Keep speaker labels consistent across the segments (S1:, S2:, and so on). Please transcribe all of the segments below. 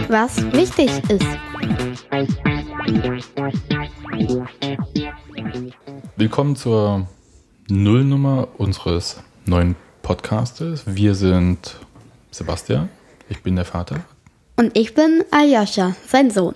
S1: was wichtig ist.
S2: Willkommen zur Nullnummer unseres neuen Podcastes. Wir sind Sebastian, ich bin der Vater.
S1: Und ich bin Aljoscha, sein Sohn.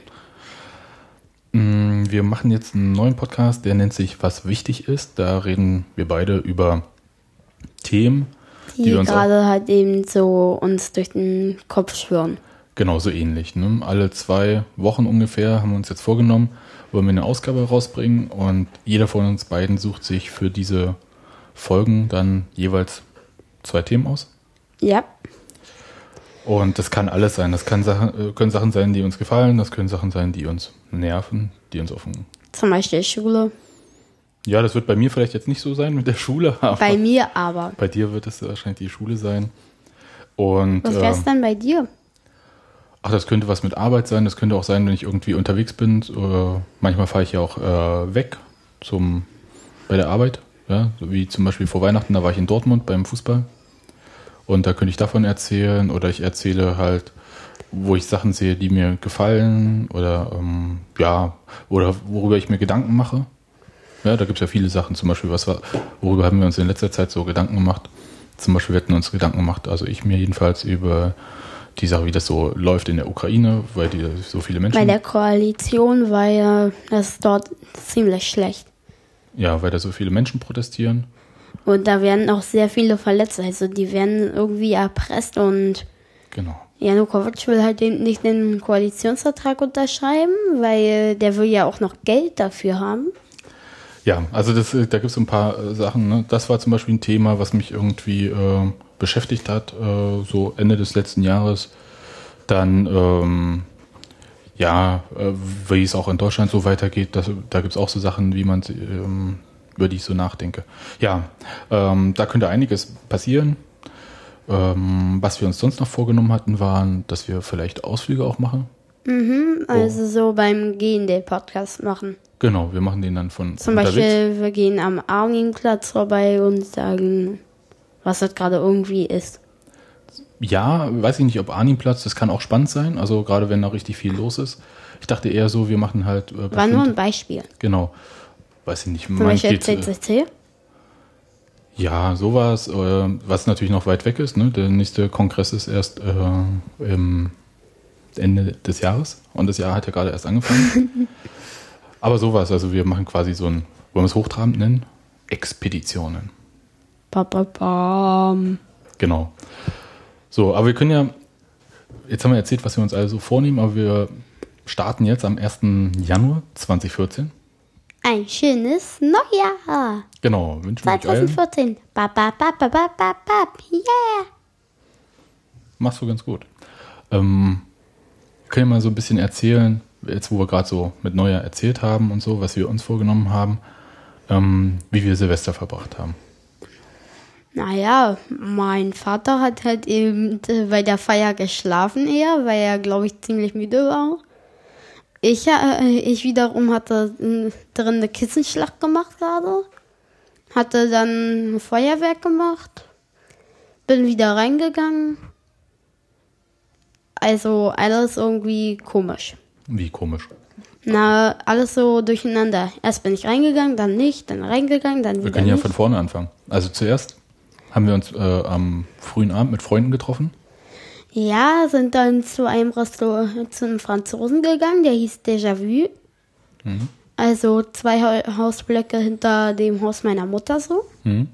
S2: Wir machen jetzt einen neuen Podcast, der nennt sich Was wichtig ist. Da reden wir beide über Themen,
S1: die uns gerade halt eben so uns durch den Kopf schwirren.
S2: Genau, so ähnlich. Ne? Alle 2 Wochen ungefähr haben wir uns jetzt vorgenommen, wollen wir eine Ausgabe rausbringen und jeder von uns beiden sucht sich für diese Folgen dann jeweils 2 Themen aus.
S1: Ja.
S2: Und das kann alles sein. Das können Sachen sein, die uns gefallen, das können Sachen sein, die uns nerven, die uns offen.
S1: Zum Beispiel Schule.
S2: Ja, das wird bei mir vielleicht jetzt nicht so sein mit der Schule. Aber
S1: bei mir aber.
S2: Bei dir wird es wahrscheinlich die Schule sein. Und,
S1: was wäre es dann bei dir?
S2: Ach, das könnte was mit Arbeit sein. Das könnte auch sein, wenn ich irgendwie unterwegs bin. Manchmal fahre ich ja auch weg bei der Arbeit. Ja? So wie zum Beispiel vor Weihnachten, da war ich in Dortmund beim Fußball. Und da könnte ich davon erzählen. Oder ich erzähle halt, wo ich Sachen sehe, die mir gefallen. Oder oder worüber ich mir Gedanken mache. Ja, da gibt es ja viele Sachen. Zum Beispiel, worüber haben wir uns in letzter Zeit so Gedanken gemacht? Zum Beispiel, wir hatten uns Gedanken gemacht, also ich mir jedenfalls, über die Sache, wie das so läuft in der Ukraine, weil die so viele Menschen...
S1: Bei der Koalition war ja das dort ziemlich schlecht.
S2: Ja, weil da so viele Menschen protestieren.
S1: Und da werden auch sehr viele verletzt. Also die werden irgendwie erpresst und...
S2: Genau.
S1: Janukowitsch will halt nicht den Koalitionsvertrag unterschreiben, weil der will ja auch noch Geld dafür haben.
S2: Ja, also da gibt es so ein paar Sachen. Ne? Das war zum Beispiel ein Thema, was mich irgendwie beschäftigt hat, so Ende des letzten Jahres. Dann, wie es auch in Deutschland so weitergeht, da gibt es auch so Sachen, über die ich so nachdenke. Ja, da könnte einiges passieren. Was wir uns sonst noch vorgenommen hatten, waren, dass wir vielleicht Ausflüge auch machen.
S1: Also so beim Gehen den Podcast machen.
S2: Genau, wir machen den dann von
S1: Zum
S2: unterwegs.
S1: Beispiel, wir gehen am Arningplatz vorbei und sagen, was das gerade irgendwie ist.
S2: Ja, weiß ich nicht, ob Arningplatz, das kann auch spannend sein, also gerade wenn da richtig viel los ist. Ich dachte eher so, wir machen halt...
S1: War nur ein Beispiel.
S2: Genau, weiß ich nicht.
S1: Zum Beispiel CCC?
S2: Ja, sowas, was natürlich noch weit weg ist. Ne? Der nächste Kongress ist erst im Ende des Jahres und das Jahr hat ja gerade erst angefangen. Aber sowas, also wir machen quasi so wollen wir es hochtrabend nennen? Expeditionen. Genau. So, aber wir können ja, jetzt haben wir erzählt, was wir uns also vornehmen, aber wir starten jetzt am 1. Januar 2014.
S1: Ein schönes Neujahr.
S2: Genau, wünschen wir euch allen.
S1: 2014. Yeah.
S2: Machst du ganz gut. Können wir mal so ein bisschen erzählen, jetzt wo wir gerade so mit Neujahr erzählt haben und so, was wir uns vorgenommen haben, wie wir Silvester verbracht haben.
S1: Naja, mein Vater hat halt eben bei der Feier geschlafen eher, weil er, glaube ich, ziemlich müde war. Ich wiederum hatte drin eine Kissenschlacht gemacht gerade, hatte dann ein Feuerwerk gemacht, bin wieder reingegangen. Also alles irgendwie komisch.
S2: Wie komisch?
S1: Na, alles so durcheinander. Erst bin ich reingegangen, dann nicht, dann reingegangen, dann wieder nicht.
S2: Wir können ja von vorne anfangen. Also zuerst haben wir uns am frühen Abend mit Freunden getroffen.
S1: Ja, sind dann zu einem Restaurant, zu einem Franzosen gegangen, der hieß Déjà Vu. Mhm. Also 2 Hausblöcke hinter dem Haus meiner Mutter so. Mhm.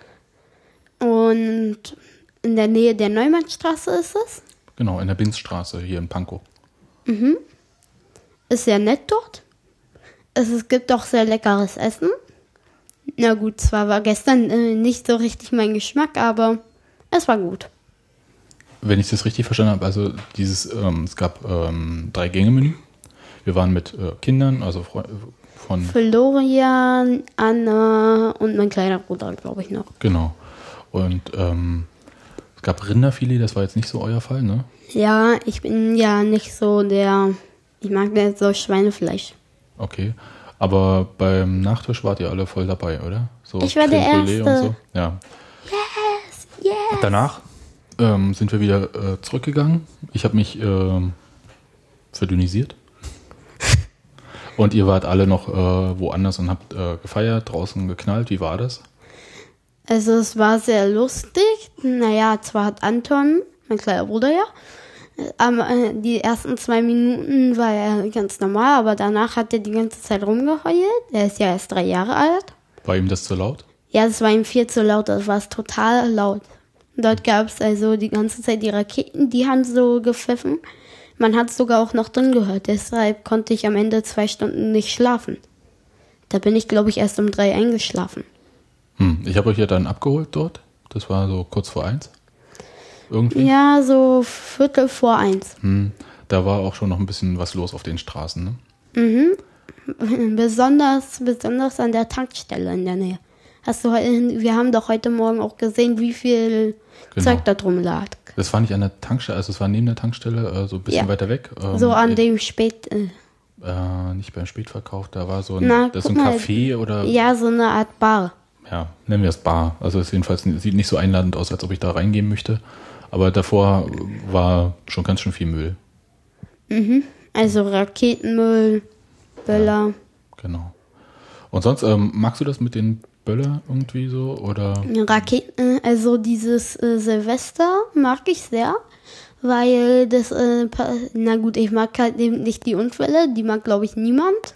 S1: Und in der Nähe der Neumannstraße ist es.
S2: Genau, in der Binzstraße hier in Pankow.
S1: Mhm. Ist sehr nett dort. Es gibt auch sehr leckeres Essen. Na gut, zwar war gestern nicht so richtig mein Geschmack, aber es war gut.
S2: Wenn ich das richtig verstanden habe, also es gab 3-Gänge-Menü. Wir waren mit Kindern, also von
S1: Florian, Anna und mein kleiner Bruder, glaube ich noch.
S2: Genau. Und es gab Rinderfilet, das war jetzt nicht so euer Fall, ne?
S1: Ja, ich bin ja nicht so ich mag nicht so Schweinefleisch.
S2: Okay, aber beim Nachtisch wart ihr alle voll dabei, oder? So
S1: ich war der Erste.
S2: Und so. Ja.
S1: Yes.
S2: Danach sind wir wieder zurückgegangen. Ich habe mich verdünnisiert. Und ihr wart alle noch woanders und habt gefeiert, draußen geknallt. Wie war das?
S1: Also es war sehr lustig. Naja, zwar hat Anton, mein kleiner Bruder die ersten 2 Minuten war er ganz normal, aber danach hat er die ganze Zeit rumgeheult. Er ist ja erst 3 Jahre alt.
S2: War ihm das zu laut?
S1: Ja, das war ihm viel zu laut, das war total laut. Dort gab es also die ganze Zeit die Raketen, die haben so gepfiffen. Man hat es sogar auch noch drin gehört, deshalb konnte ich am Ende 2 Stunden nicht schlafen. Da bin ich, glaube ich, erst um 3 eingeschlafen.
S2: Ich habe euch ja dann abgeholt dort. Das war so kurz vor 1. Irgendwie?
S1: Ja, so 1:15.
S2: Da war auch schon noch ein bisschen was los auf den Straßen, ne?
S1: Besonders an der Tankstelle in der Nähe. Wir haben doch heute Morgen auch gesehen, wie viel Zeug da drum lag.
S2: Das war nicht an der Tankstelle, also es war neben der Tankstelle, so ein bisschen weiter weg.
S1: So an dem
S2: nicht beim Spätverkauf, da war so ein Café oder...
S1: Ja, so eine Art Bar.
S2: Ja, nennen wir es Bar. Also es jedenfalls sieht nicht so einladend aus, als ob ich da reingehen möchte. Aber davor war schon ganz schön viel Müll.
S1: Also Raketenmüll, Böller.
S2: Ja, genau. Und sonst, magst du das mit den Böller irgendwie so? Oder?
S1: Raketen, also dieses Silvester mag ich sehr, weil das, na gut, ich mag halt eben nicht die Unfälle, die mag, glaube ich, niemand.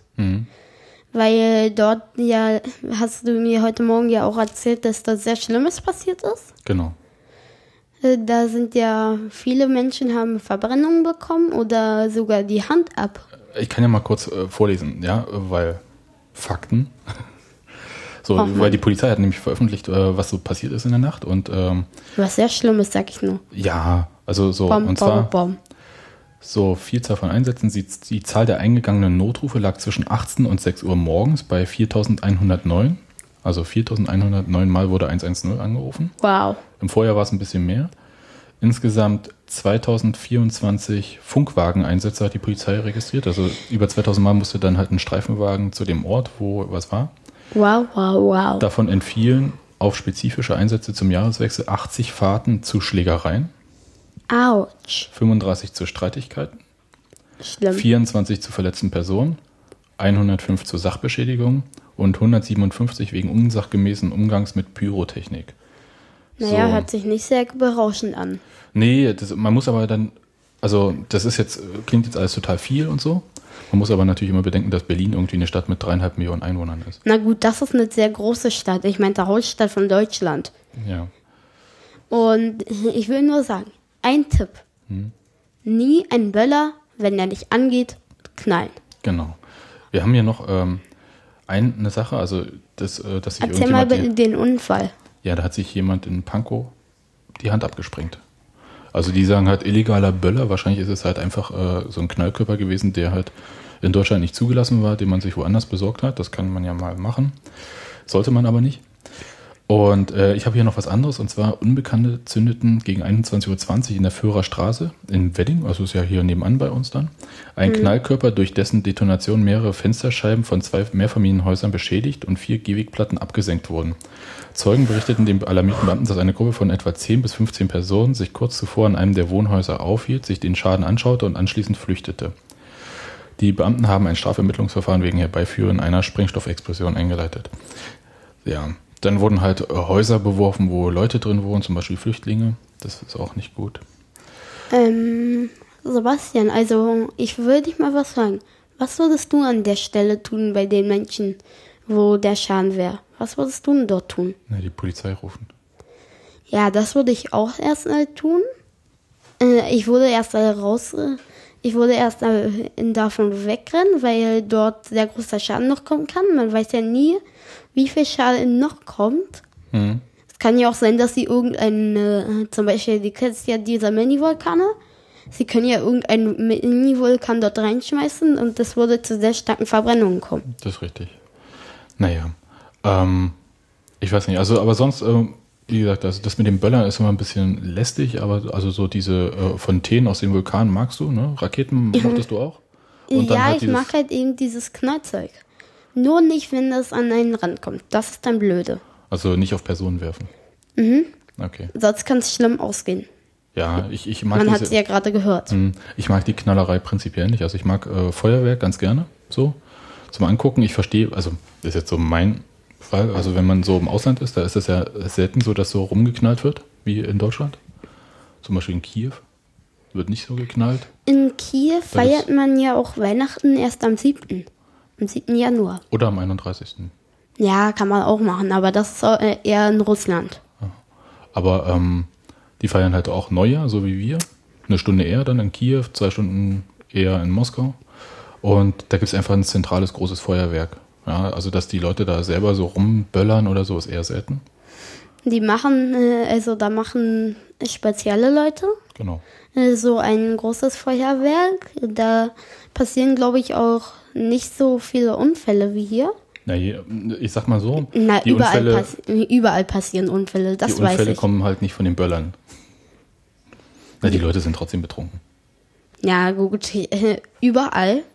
S1: Weil dort ja, hast du mir heute Morgen ja auch erzählt, dass da sehr Schlimmes passiert ist.
S2: Genau.
S1: Da sind ja viele Menschen haben Verbrennungen bekommen oder sogar die Hand ab.
S2: Ich kann ja mal kurz vorlesen, ja, weil Fakten. So, weil die Polizei hat nämlich veröffentlicht, was so passiert ist in der Nacht und
S1: was sehr Schlimmes, sag ich nur.
S2: Ja, also so und zwar so Vielzahl von Einsätzen. Die Zahl der eingegangenen Notrufe lag zwischen 18 und 6 Uhr morgens bei 4.109. Also 4.109 Mal wurde 110 angerufen.
S1: Wow.
S2: Im Vorjahr war es ein bisschen mehr. Insgesamt 2024 Funkwageneinsätze hat die Polizei registriert. Also über 2.000 Mal musste dann halt ein Streifenwagen zu dem Ort, wo was war.
S1: Wow.
S2: Davon entfielen auf spezifische Einsätze zum Jahreswechsel 80 Fahrten zu Schlägereien.
S1: Autsch.
S2: 35 zu Streitigkeiten.
S1: Schlimm.
S2: 24 zu verletzten Personen. 105 zu Sachbeschädigungen. Und 157 wegen unsachgemäßen Umgangs mit Pyrotechnik.
S1: Naja, hört sich nicht sehr berauschend an.
S2: Nee, man muss aber dann, also das ist jetzt, klingt jetzt alles total viel und so. Man muss aber natürlich immer bedenken, dass Berlin irgendwie eine Stadt mit 3,5 Millionen Einwohnern ist.
S1: Na gut, das ist eine sehr große Stadt. Ich meine, die Hauptstadt von Deutschland.
S2: Ja.
S1: Und ich will nur sagen, ein Tipp. Nie einen Böller, wenn der nicht angeht, knallen.
S2: Genau. Wir haben hier noch eine Sache, also dass sich
S1: Erzähl mal den Unfall.
S2: Ja, da hat sich jemand in Pankow die Hand abgesprengt. Also die sagen halt illegaler Böller, wahrscheinlich ist es halt einfach so ein Knallkörper gewesen, der halt in Deutschland nicht zugelassen war, den man sich woanders besorgt hat. Das kann man ja mal machen, sollte man aber nicht. Und ich habe hier noch was anderes, und zwar Unbekannte zündeten gegen 21.20 Uhr in der Föhrer Straße in Wedding, also ist ja hier nebenan bei uns dann, ein Knallkörper, durch dessen Detonation mehrere Fensterscheiben von 2 Mehrfamilienhäusern beschädigt und 4 Gehwegplatten abgesenkt wurden. Zeugen berichteten dem alarmierten Beamten, dass eine Gruppe von etwa 10 bis 15 Personen sich kurz zuvor in einem der Wohnhäuser aufhielt, sich den Schaden anschaute und anschließend flüchtete. Die Beamten haben ein Strafermittlungsverfahren wegen Herbeiführen einer Sprengstoffexplosion eingeleitet. Ja, dann wurden halt Häuser beworfen, wo Leute drin wohnen, zum Beispiel Flüchtlinge. Das ist auch nicht gut.
S1: Sebastian, also ich würde dich mal was fragen. Was würdest du an der Stelle tun bei den Menschen, wo der Schaden wäre? Was würdest du denn dort tun?
S2: Na, die Polizei rufen.
S1: Ja, das würde ich auch erst mal tun. Ich würde erst davon wegrennen, weil dort sehr großer Schaden noch kommen kann. Man weiß ja nie, wie viel Schaden noch kommt. Es kann ja auch sein, dass sie zum Beispiel, die kennst ja diese Mini-Vulkane. Sie können ja irgendeinen Mini-Vulkan dort reinschmeißen und das würde zu sehr starken Verbrennungen kommen.
S2: Das ist richtig. Naja, ich weiß nicht, also aber sonst, wie gesagt, also das mit dem Böllern ist immer ein bisschen lästig, aber also so diese Fontänen aus den Vulkanen magst du, ne? Raketen mochtest du auch? Und dann
S1: ja,
S2: halt
S1: ich mag halt eben dieses Knallzeug. Nur nicht, wenn das an einen Rand kommt. Das ist dann blöde.
S2: Also nicht auf Personen werfen? Okay.
S1: Sonst kann es schlimm ausgehen.
S2: Ja, ich mag
S1: Man hat sie ja gerade gehört.
S2: Ich mag die Knallerei prinzipiell nicht. Also ich mag Feuerwerk ganz gerne, so zum Angucken. Ich verstehe, also das ist jetzt so mein Fall, also wenn man so im Ausland ist, da ist es ja selten so, dass so rumgeknallt wird, wie in Deutschland. Zum Beispiel in Kiew wird nicht so geknallt.
S1: In Kiew feiert man ja auch Weihnachten erst am 7. Januar.
S2: Oder am 31.
S1: Ja, kann man auch machen, aber das ist eher in Russland.
S2: Aber die feiern halt auch Neujahr, so wie wir. Eine Stunde eher dann in Kiew, 2 Stunden eher in Moskau. Und da gibt es einfach ein zentrales, großes Feuerwerk. Ja, also, dass die Leute da selber so rumböllern oder so, ist eher selten.
S1: Die machen, da machen spezielle Leute
S2: Genau.
S1: So ein großes Feuerwerk. Da passieren, glaube ich, auch nicht so viele Unfälle wie hier.
S2: Na, ich sag mal so,
S1: die überall passieren Unfälle, das weiß ich.
S2: Die Unfälle kommen halt nicht von den Böllern. Na, die Leute sind trotzdem betrunken.
S1: Ja, gut, überall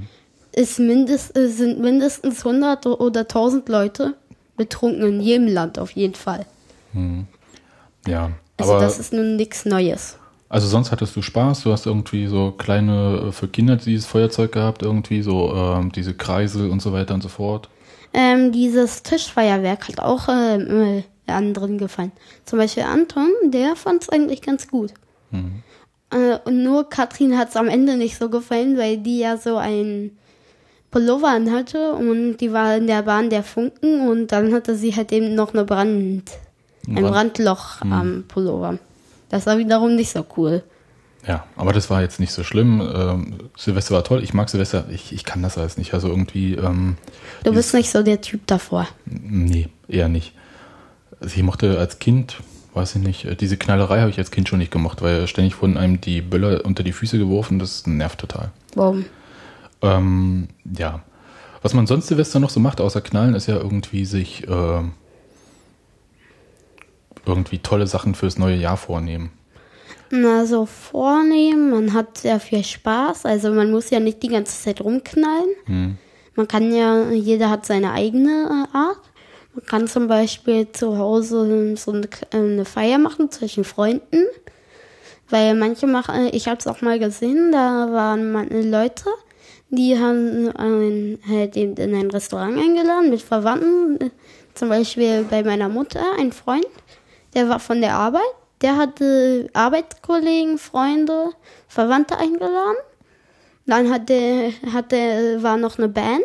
S1: sind mindestens 100 oder 1000 Leute betrunken, in jedem Land auf jeden Fall.
S2: Ja,
S1: also
S2: aber
S1: das ist nun nichts Neues.
S2: Also sonst hattest du Spaß, du hast irgendwie so kleine, für Kinder dieses Feuerzeug gehabt, irgendwie so diese Kreisel und so weiter und so fort.
S1: Dieses Tischfeuerwerk hat auch anderen gefallen. Zum Beispiel Anton, der fand es eigentlich ganz gut. Und nur Katrin hat es am Ende nicht so gefallen, weil die ja so ein Pullover anhatte und die war in der Bahn der Funken und dann hatte sie halt eben noch ein Brandloch am Pullover. Das war wiederum nicht so cool.
S2: Ja, aber das war jetzt nicht so schlimm. Silvester war toll. Ich mag Silvester. Ich kann das alles nicht. Also irgendwie.
S1: Du bist nicht so der Typ davor.
S2: Nee, eher nicht. Also ich mochte als Kind, weiß ich nicht, diese Knallerei habe ich als Kind schon nicht gemocht, weil ständig wurden einem die Böller unter die Füße geworfen. Das nervt total.
S1: Warum?
S2: Ja. Was man sonst Silvester noch so macht, außer Knallen, ist ja irgendwie sich irgendwie tolle Sachen fürs neue Jahr vornehmen.
S1: Na, so vornehmen, man hat sehr viel Spaß, also man muss ja nicht die ganze Zeit rumknallen. Man kann ja, jeder hat seine eigene Art. Man kann zum Beispiel zu Hause so eine Feier machen zwischen Freunden, weil manche machen, ich habe es auch mal gesehen, da waren Leute, die haben halt in ein Restaurant eingeladen mit Verwandten, zum Beispiel bei meiner Mutter, ein Freund, der war von der Arbeit. Der hatte Arbeitskollegen, Freunde, Verwandte eingeladen. Dann war noch eine Band,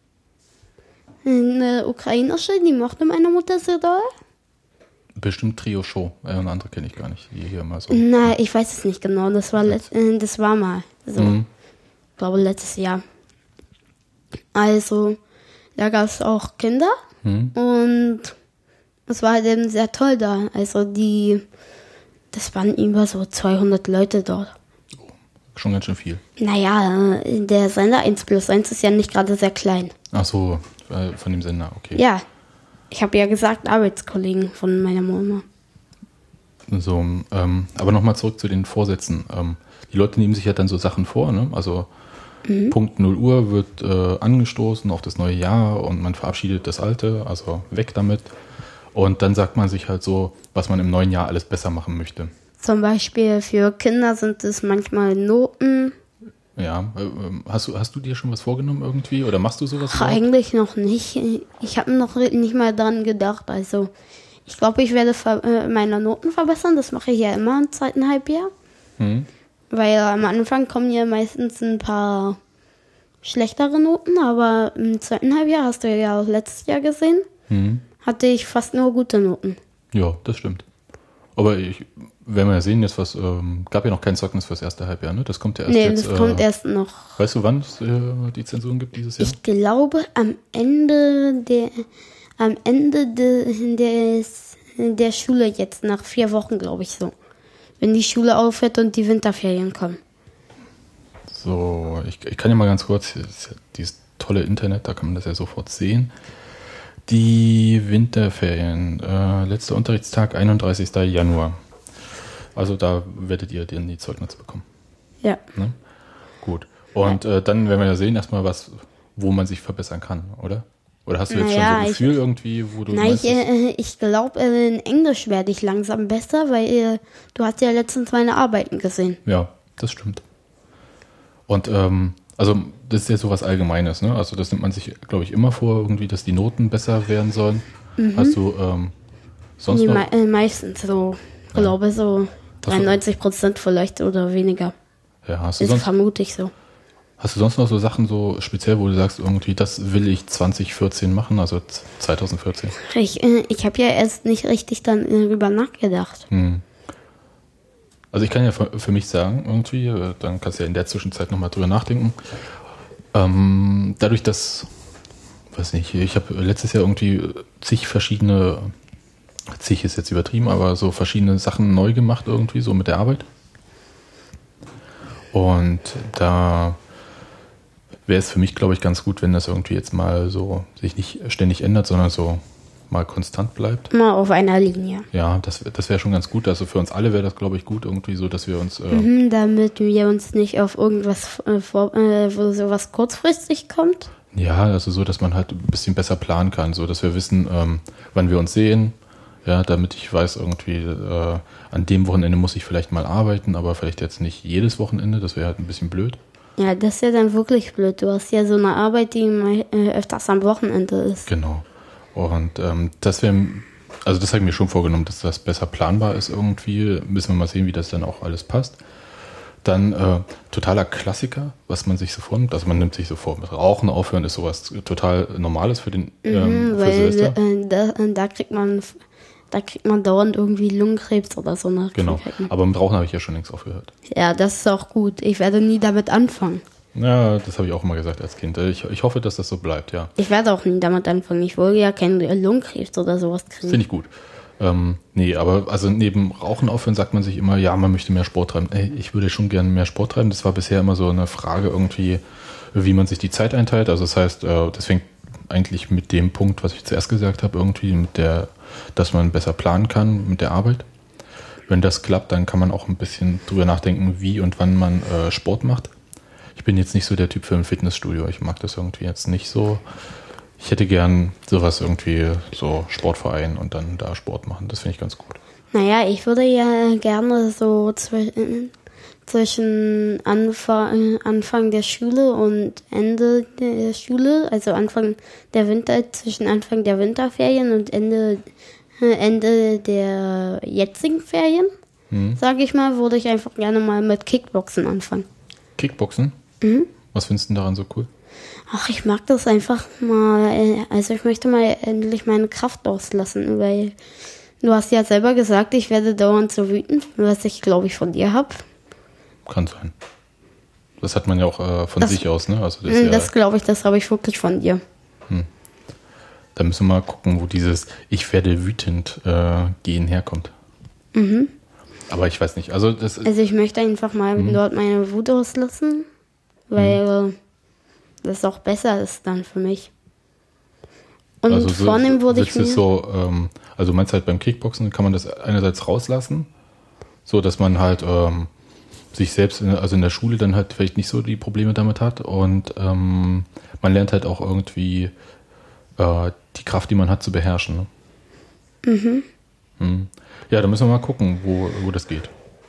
S1: eine ukrainische, die mochte meine Mutter sehr doll.
S2: Bestimmt Trio-Show. Eine andere kenne ich gar nicht. Die hier mal so.
S1: Na, ich weiß es nicht genau. Das war mal so. Ich glaube, letztes Jahr. Also, da gab es auch Kinder. Und es war halt eben sehr toll da. Also das waren über so 200 Leute dort.
S2: Oh, schon ganz schön viel.
S1: Naja, der Sender 1+1 ist ja nicht gerade sehr klein.
S2: Ach so, von dem Sender, okay.
S1: Ja, ich habe ja gesagt, Arbeitskollegen von meiner Mama.
S2: So, aber nochmal zurück zu den Vorsätzen. Die Leute nehmen sich ja dann so Sachen vor, ne? Also Punkt 0 Uhr wird angestoßen auf das neue Jahr und man verabschiedet das Alte, also weg damit. Und dann sagt man sich halt so, was man im neuen Jahr alles besser machen möchte.
S1: Zum Beispiel für Kinder sind es manchmal Noten.
S2: Ja, hast du dir schon was vorgenommen irgendwie oder machst du sowas?
S1: Ach, eigentlich noch nicht. Ich habe noch nicht mal dran gedacht. Also ich glaube, ich werde meine Noten verbessern. Das mache ich ja immer im zweiten Halbjahr. Weil am Anfang kommen ja meistens ein paar schlechtere Noten. Aber im zweiten Halbjahr, hast du ja auch letztes Jahr gesehen, hatte ich fast nur gute Noten.
S2: Ja, das stimmt. Aber wenn wir ja sehen, jetzt gab ja noch kein Zeugnis fürs erste Halbjahr, ne? Das kommt ja erst jetzt.
S1: Das kommt erst noch.
S2: Weißt du, wann es die Zensuren gibt dieses Jahr?
S1: Ich glaube am Ende der Schule jetzt, nach 4 Wochen, glaube ich so. Wenn die Schule aufhört und die Winterferien kommen.
S2: So, ich kann ja mal ganz kurz, dieses tolle Internet, da kann man das ja sofort sehen. Die Winterferien, letzter Unterrichtstag, 31. Januar. Also da werdet ihr dann die Zeugnisse bekommen.
S1: Ja.
S2: Ne? Gut. Und dann werden wir ja sehen, erstmal wo man sich verbessern kann, oder? Oder hast du jetzt schon so ein Gefühl irgendwie, wo du meinst,
S1: ich glaube, in Englisch werde ich langsam besser, weil du hast ja letztens meine Arbeiten gesehen.
S2: Ja, das stimmt. Und also das ist ja so was Allgemeines, ne? Also das nimmt man sich, glaube ich, immer vor, irgendwie, dass die Noten besser werden sollen. Hast du sonst noch?
S1: Meistens so, glaube so 93% vielleicht oder weniger.
S2: Ja, hast du
S1: das vermute ich so.
S2: Hast du sonst noch so Sachen so speziell, wo du sagst, irgendwie, das will ich 2014 machen, also 2014?
S1: Ich habe ja erst nicht richtig dann darüber nachgedacht.
S2: Also ich kann ja für mich sagen, irgendwie, dann kannst du ja in der Zwischenzeit nochmal drüber nachdenken. Dadurch, dass, weiß nicht, ich habe letztes Jahr irgendwie zig ist jetzt übertrieben, aber so verschiedene Sachen neu gemacht irgendwie, so mit der Arbeit. Und da wäre es für mich, glaube ich, ganz gut, wenn das irgendwie jetzt mal so sich nicht ständig ändert, sondern so mal konstant bleibt.
S1: Mal auf einer Linie.
S2: Ja, das wäre schon ganz gut. Also für uns alle wäre das, glaube ich, gut irgendwie so, dass wir uns...
S1: damit wir uns nicht auf irgendwas, wo sowas kurzfristig kommt.
S2: Ja, also so, dass man halt ein bisschen besser planen kann, so dass wir wissen, wann wir uns sehen. Ja, damit ich weiß, irgendwie an dem Wochenende muss ich vielleicht mal arbeiten, aber vielleicht jetzt nicht jedes Wochenende, das wäre halt ein bisschen blöd.
S1: Ja, das ist ja dann wirklich blöd. Du hast ja so eine Arbeit, die öfters am Wochenende ist.
S2: Genau. Und das wäre, also das habe ich mir schon vorgenommen, dass das besser planbar ist irgendwie. Müssen wir mal sehen, wie das dann auch alles passt. Dann totaler Klassiker, was man sich so vornimmt. Also man nimmt sich so vor, mit Rauchen aufhören ist sowas total Normales für den für Silvester.
S1: Da kriegt man dauernd irgendwie Lungenkrebs oder so nach
S2: Genau,
S1: Krankheiten.
S2: aber mit Rauchen habe ich ja schon längst aufgehört.
S1: Ja, das ist auch gut. Ich werde nie damit anfangen.
S2: Ja, das habe ich auch immer gesagt als Kind. Ich hoffe, dass das so bleibt, ja.
S1: Ich werde auch nie damit anfangen. Ich will ja keinen Lungenkrebs oder sowas kriegen.
S2: Finde ich gut. Nee, aber also neben Rauchen aufhören sagt man sich immer, ja, man möchte mehr Sport treiben. Ey, ich würde schon gerne mehr Sport treiben. Das war bisher immer so eine Frage irgendwie, wie man sich die Zeit einteilt. Also das heißt, das fängt eigentlich mit dem Punkt, was ich zuerst gesagt habe, irgendwie dass man besser planen kann mit der Arbeit. Wenn das klappt, dann kann man auch ein bisschen drüber nachdenken, wie und wann man Sport macht. Ich bin jetzt nicht so der Typ für ein Fitnessstudio. Ich mag das irgendwie jetzt nicht so. Ich hätte gern sowas irgendwie, so Sportverein und dann da Sport machen. Das finde ich ganz gut.
S1: Naja, ich würde ja gerne so zwischen Anfang der Schule und Ende der Schule, also zwischen Anfang der Winterferien und Ende der jetzigen Ferien, sage ich mal, würde ich einfach gerne mal mit Kickboxen anfangen.
S2: Kickboxen? Was findest du daran so cool?
S1: Ach, ich mag das einfach mal, also ich möchte mal endlich meine Kraft auslassen, weil du hast ja selber gesagt, ich werde dauernd so wütend, was ich glaube ich von dir habe.
S2: Kann sein. Das hat man ja auch von sich aus, ne? Also
S1: das glaube ich, das habe ich wirklich von dir.
S2: Da müssen wir mal gucken, wo dieses Ich werde wütend Gehen herkommt. Aber ich weiß nicht. Also
S1: ich möchte einfach mal dort meine Wut auslassen, weil das auch besser ist dann für mich. Und
S2: also
S1: vornehm würde ich mir...
S2: Also du meinst halt beim Kickboxen kann man das einerseits rauslassen, so dass man halt sich selbst, in der Schule dann halt vielleicht nicht so die Probleme damit hat und man lernt halt auch irgendwie die Kraft, die man hat, zu beherrschen. Ne? Ja, da müssen wir mal gucken, wo das geht.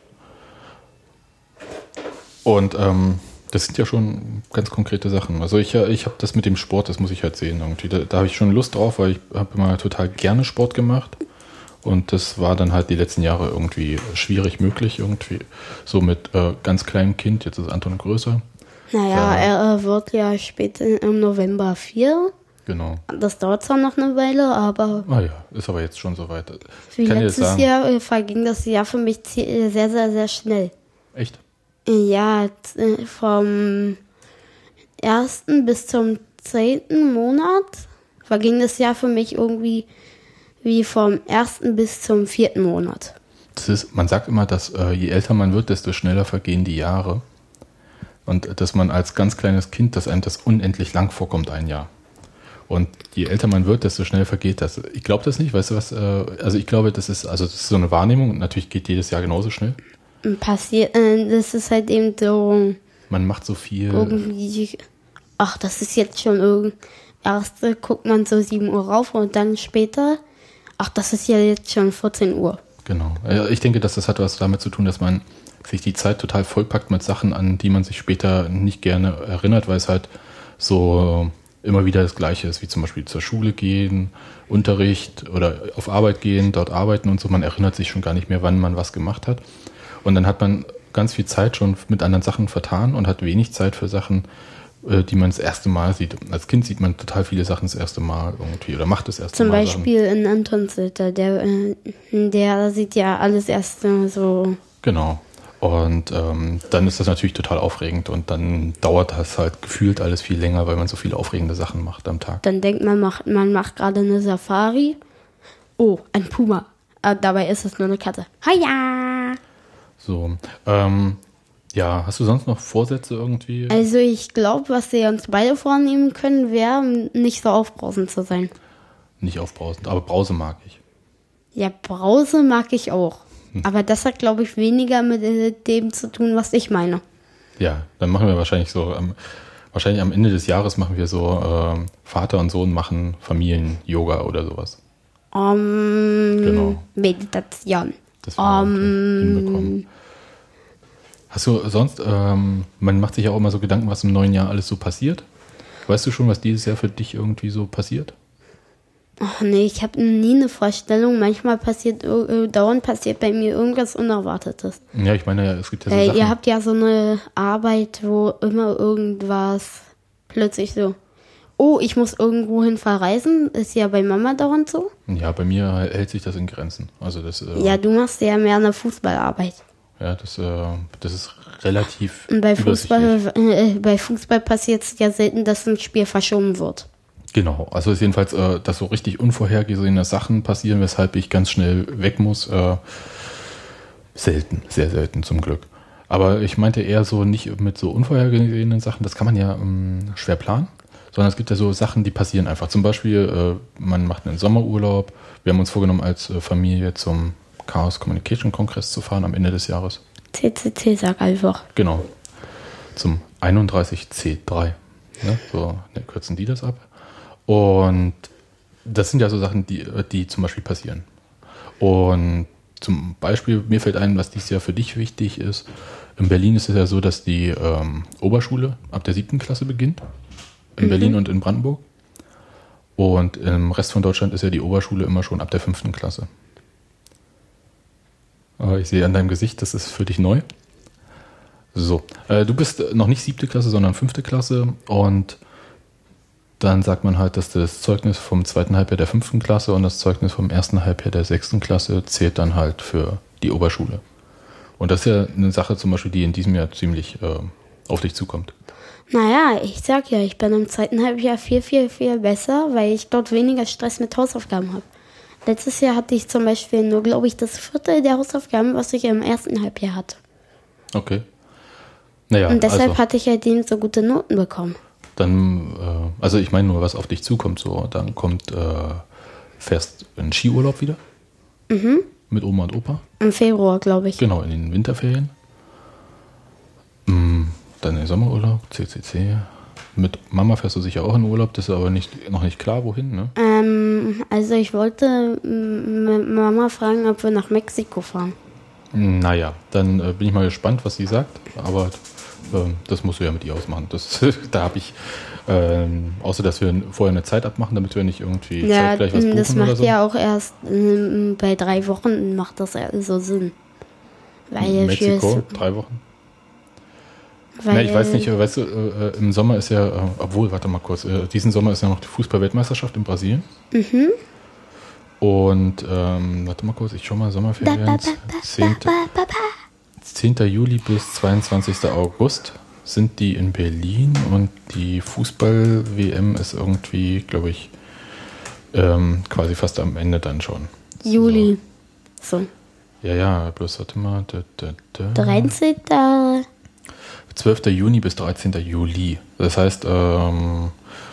S2: Und das sind ja schon ganz konkrete Sachen. Also ich habe das mit dem Sport, das muss ich halt sehen irgendwie. Da habe ich schon Lust drauf, weil ich habe immer total gerne Sport gemacht. Und das war dann halt die letzten Jahre irgendwie schwierig möglich irgendwie. So mit ganz kleinem Kind, jetzt ist Anton größer.
S1: Naja, er wird ja später im November 4.
S2: Genau.
S1: Das dauert zwar noch eine Weile, aber...
S2: Ah ja, ist aber jetzt schon soweit.
S1: Wie letztes Jahr verging das Jahr für mich sehr, sehr, sehr schnell.
S2: Echt?
S1: Ja, vom 1. bis zum 10. Monat verging das Jahr für mich irgendwie wie vom 1. bis zum 4. Monat.
S2: Man sagt immer, dass je älter man wird, desto schneller vergehen die Jahre. Und dass man als ganz kleines Kind, dass einem das unendlich lang vorkommt, ein Jahr. Und je älter man wird, desto schneller vergeht das. Ich glaube das nicht, weißt du was? Also ich glaube, das ist so eine Wahrnehmung und natürlich geht jedes Jahr genauso schnell.
S1: Das ist halt eben so...
S2: Man macht so viel...
S1: Irgendwie... Ach, das ist jetzt schon erst guckt man so 7 Uhr rauf und dann später, ach, das ist ja jetzt schon 14 Uhr.
S2: Genau. Ich denke, dass das hat was damit zu tun, dass man sich die Zeit total vollpackt mit Sachen, an die man sich später nicht gerne erinnert, weil es halt so immer wieder das Gleiche ist, wie zum Beispiel zur Schule gehen, Unterricht oder auf Arbeit gehen, dort arbeiten und so. Man erinnert sich schon gar nicht mehr, wann man was gemacht hat. Und dann hat man ganz viel Zeit schon mit anderen Sachen vertan und hat wenig Zeit für Sachen, die man das erste Mal sieht. Als Kind sieht man total viele Sachen das erste Mal irgendwie oder macht das erste
S1: Zum
S2: Mal.
S1: Zum Beispiel in Antonsitter, der sieht ja alles erst so.
S2: Genau. Und dann ist das natürlich total aufregend und dann dauert das halt gefühlt alles viel länger, weil man so viele aufregende Sachen macht am Tag.
S1: Dann denkt man macht gerade eine Safari. Oh, ein Puma. Dabei ist es nur eine Katze. Hiya!
S2: So, ja, hast du sonst noch Vorsätze irgendwie?
S1: Also ich glaube, was wir uns beide vornehmen können, wäre, nicht so aufbrausend zu sein.
S2: Nicht aufbrausend, aber Brause mag ich.
S1: Ja, Brause mag ich auch. Aber das hat, glaube ich, weniger mit dem zu tun, was ich meine.
S2: Ja, dann machen wir wahrscheinlich so, wahrscheinlich am Ende des Jahres machen wir so, Vater und Sohn machen Familien-Yoga oder sowas. Genau.
S1: Meditation.
S2: Das wir hinbekommen. Hast du sonst, man macht sich ja auch immer so Gedanken, was im neuen Jahr alles so passiert. Weißt du schon, was dieses Jahr für dich irgendwie so passiert?
S1: Ach nee, ich habe nie eine Vorstellung. Manchmal dauernd passiert bei mir irgendwas Unerwartetes.
S2: Ja, ich meine, es gibt ja so Sachen.
S1: Ihr habt ja so eine Arbeit, wo immer irgendwas plötzlich so, oh, ich muss irgendwo hin verreisen. Ist ja bei Mama dauernd so.
S2: Ja, bei mir hält sich das in Grenzen. Also das,
S1: ja, du machst ja mehr eine Fußballarbeit.
S2: Ja, das ist relativ
S1: Und bei Fußball passiert es ja selten, dass ein Spiel verschoben wird.
S2: Genau, also ist jedenfalls, dass so richtig unvorhergesehene Sachen passieren, weshalb ich ganz schnell weg muss. Selten, sehr selten zum Glück. Aber ich meinte eher so nicht mit so unvorhergesehenen Sachen, das kann man ja schwer planen, sondern es gibt ja so Sachen, die passieren einfach. Zum Beispiel, man macht einen Sommerurlaub. Wir haben uns vorgenommen, als Familie zum Chaos Communication Kongress zu fahren am Ende des Jahres.
S1: CCC, sag einfach.
S2: Genau, zum 31C3. Ne? So kürzen die das ab. Und das sind ja so Sachen, die zum Beispiel passieren. Und zum Beispiel, mir fällt ein, was dieses Jahr für dich wichtig ist. In Berlin ist es ja so, dass die Oberschule ab der 7. Klasse beginnt. In Berlin und in Brandenburg. Und im Rest von Deutschland ist ja die Oberschule immer schon ab der 5. Klasse. Ich sehe an deinem Gesicht, das ist für dich neu. So, du bist noch nicht 7. Klasse, sondern 5. Klasse und dann sagt man halt, dass das Zeugnis vom 2. Halbjahr der 5. Klasse und das Zeugnis vom 1. Halbjahr der 6. Klasse zählt dann halt für die Oberschule. Und das ist ja eine Sache zum Beispiel, die in diesem Jahr ziemlich auf dich zukommt.
S1: Naja, ich sag ja, ich bin im 2. Halbjahr viel, viel, viel besser, weil ich dort weniger Stress mit Hausaufgaben habe. Letztes Jahr hatte ich zum Beispiel nur, glaube ich, das 1/4 der Hausaufgaben, was ich im 1. Halbjahr hatte.
S2: Okay. Naja,
S1: und deshalb hatte ich halt so gute Noten bekommen.
S2: Dann, also ich meine nur, was auf dich zukommt, so, dann kommt fährst in Skiurlaub wieder. Mit Oma und Opa.
S1: Im Februar, glaube ich.
S2: Genau, in den Winterferien. Dann den Sommerurlaub, CCC. Mit Mama fährst du sicher auch in Urlaub, das ist aber noch nicht klar, wohin, ne?
S1: Also ich wollte mit Mama fragen, ob wir nach Mexiko fahren.
S2: Naja, dann bin ich mal gespannt, was sie sagt, aber das musst du ja mit ihr ausmachen. Da habe ich, außer dass wir vorher eine Zeit abmachen, damit wir nicht irgendwie zeitgleich was buchen
S1: das macht
S2: oder so.
S1: Ja auch erst bei 3 Wochen macht das ja so Sinn. Weil
S2: Mexiko, 3 Wochen? Na, ich weiß nicht, weißt du, im Sommer ist ja, obwohl, warte mal kurz, diesen Sommer ist ja noch die Fußball-Weltmeisterschaft in Brasilien. Und, warte mal kurz, ich schau mal, Sommerferien, 10. Juli bis 22. August sind die in Berlin und die Fußball-WM ist irgendwie, glaube ich, quasi fast am Ende dann schon.
S1: Juli. So.
S2: Ja, bloß warte mal.
S1: 13.
S2: 12. Juni bis 13. Juli. Das heißt, du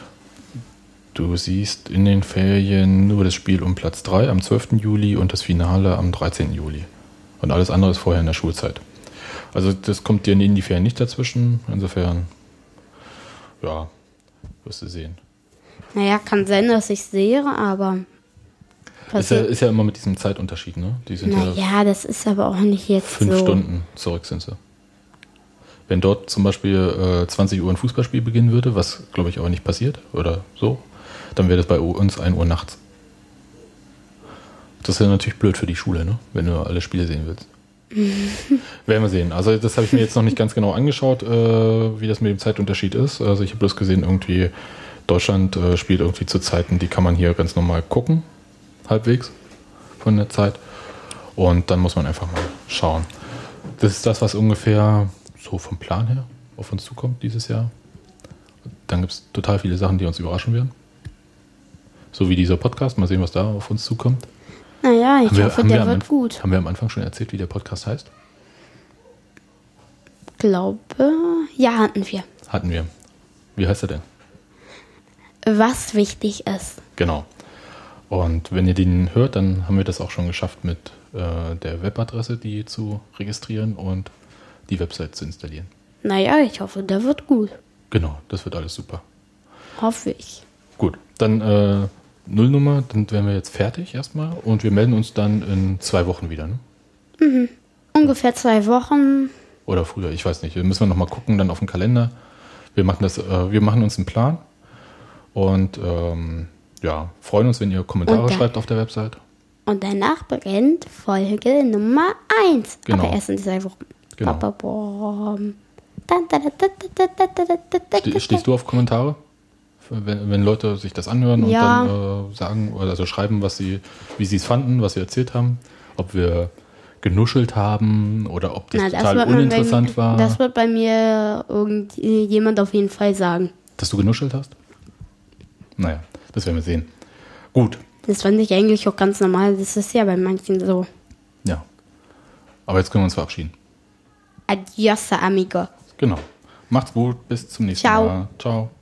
S2: siehst in den Ferien nur das Spiel um Platz 3 am 12. Juli und das Finale am 13. Juli. Und alles andere ist vorher in der Schulzeit. Also das kommt dir in die Ferien nicht dazwischen. Insofern, ja, wirst du sehen.
S1: Naja, kann sein, dass ich sehe, aber...
S2: Ist ja immer mit diesem Zeitunterschied, ne? Die sind
S1: naja, das ist aber auch nicht jetzt
S2: 5
S1: so.
S2: Stunden zurück sind sie. Wenn dort zum Beispiel 20 Uhr ein Fußballspiel beginnen würde, was glaube ich aber nicht passiert oder so, dann wäre das bei uns 1 Uhr nachts. Das ist ja natürlich blöd für die Schule, ne? Wenn du alle Spiele sehen willst. Werden wir sehen. Also das habe ich mir jetzt noch nicht ganz genau angeschaut, wie das mit dem Zeitunterschied ist. Also ich habe bloß gesehen, irgendwie Deutschland spielt irgendwie zu Zeiten, die kann man hier ganz normal gucken, halbwegs von der Zeit. Und dann muss man einfach mal schauen. Das ist das, was ungefähr so vom Plan her auf uns zukommt dieses Jahr. Dann gibt es total viele Sachen, die uns überraschen werden. So wie dieser Podcast. Mal sehen, was da auf uns zukommt.
S1: Naja, ich hoffe, der wird gut.
S2: Haben wir am Anfang schon erzählt, wie der Podcast heißt?
S1: Glaube, ja, hatten wir.
S2: Hatten wir. Wie heißt er denn?
S1: Was wichtig ist.
S2: Genau. Und wenn ihr den hört, dann haben wir das auch schon geschafft, mit der Webadresse die zu registrieren und die Website zu installieren.
S1: Naja, ich hoffe, der wird gut.
S2: Genau, das wird alles super.
S1: Hoffe ich.
S2: Gut, dann Nullnummer, dann wären wir jetzt fertig erstmal und wir melden uns dann in 2 Wochen wieder, ne?
S1: Mhm. Ungefähr 2 Wochen.
S2: Oder früher, ich weiß nicht. Da müssen wir nochmal gucken, dann auf den Kalender. Wir machen uns einen Plan und freuen uns, wenn ihr Kommentare schreibt auf der Website.
S1: Und danach beginnt Folge Nummer 1.
S2: Genau.
S1: Aber erst in 2 Wochen.
S2: Genau. Stehst du auf Kommentare? Wenn Leute sich das anhören und dann sagen, also schreiben, wie sie es fanden, was wir erzählt haben, ob wir genuschelt haben oder ob das total uninteressant war.
S1: Das wird bei mir irgendjemand auf jeden Fall sagen.
S2: Dass du genuschelt hast? Naja, das werden wir sehen. Gut.
S1: Das fand ich eigentlich auch ganz normal. Das ist ja bei manchen so.
S2: Ja. Aber jetzt können wir uns verabschieden.
S1: Adios, amigo.
S2: Genau. Macht's gut. Bis zum nächsten Mal. Ciao.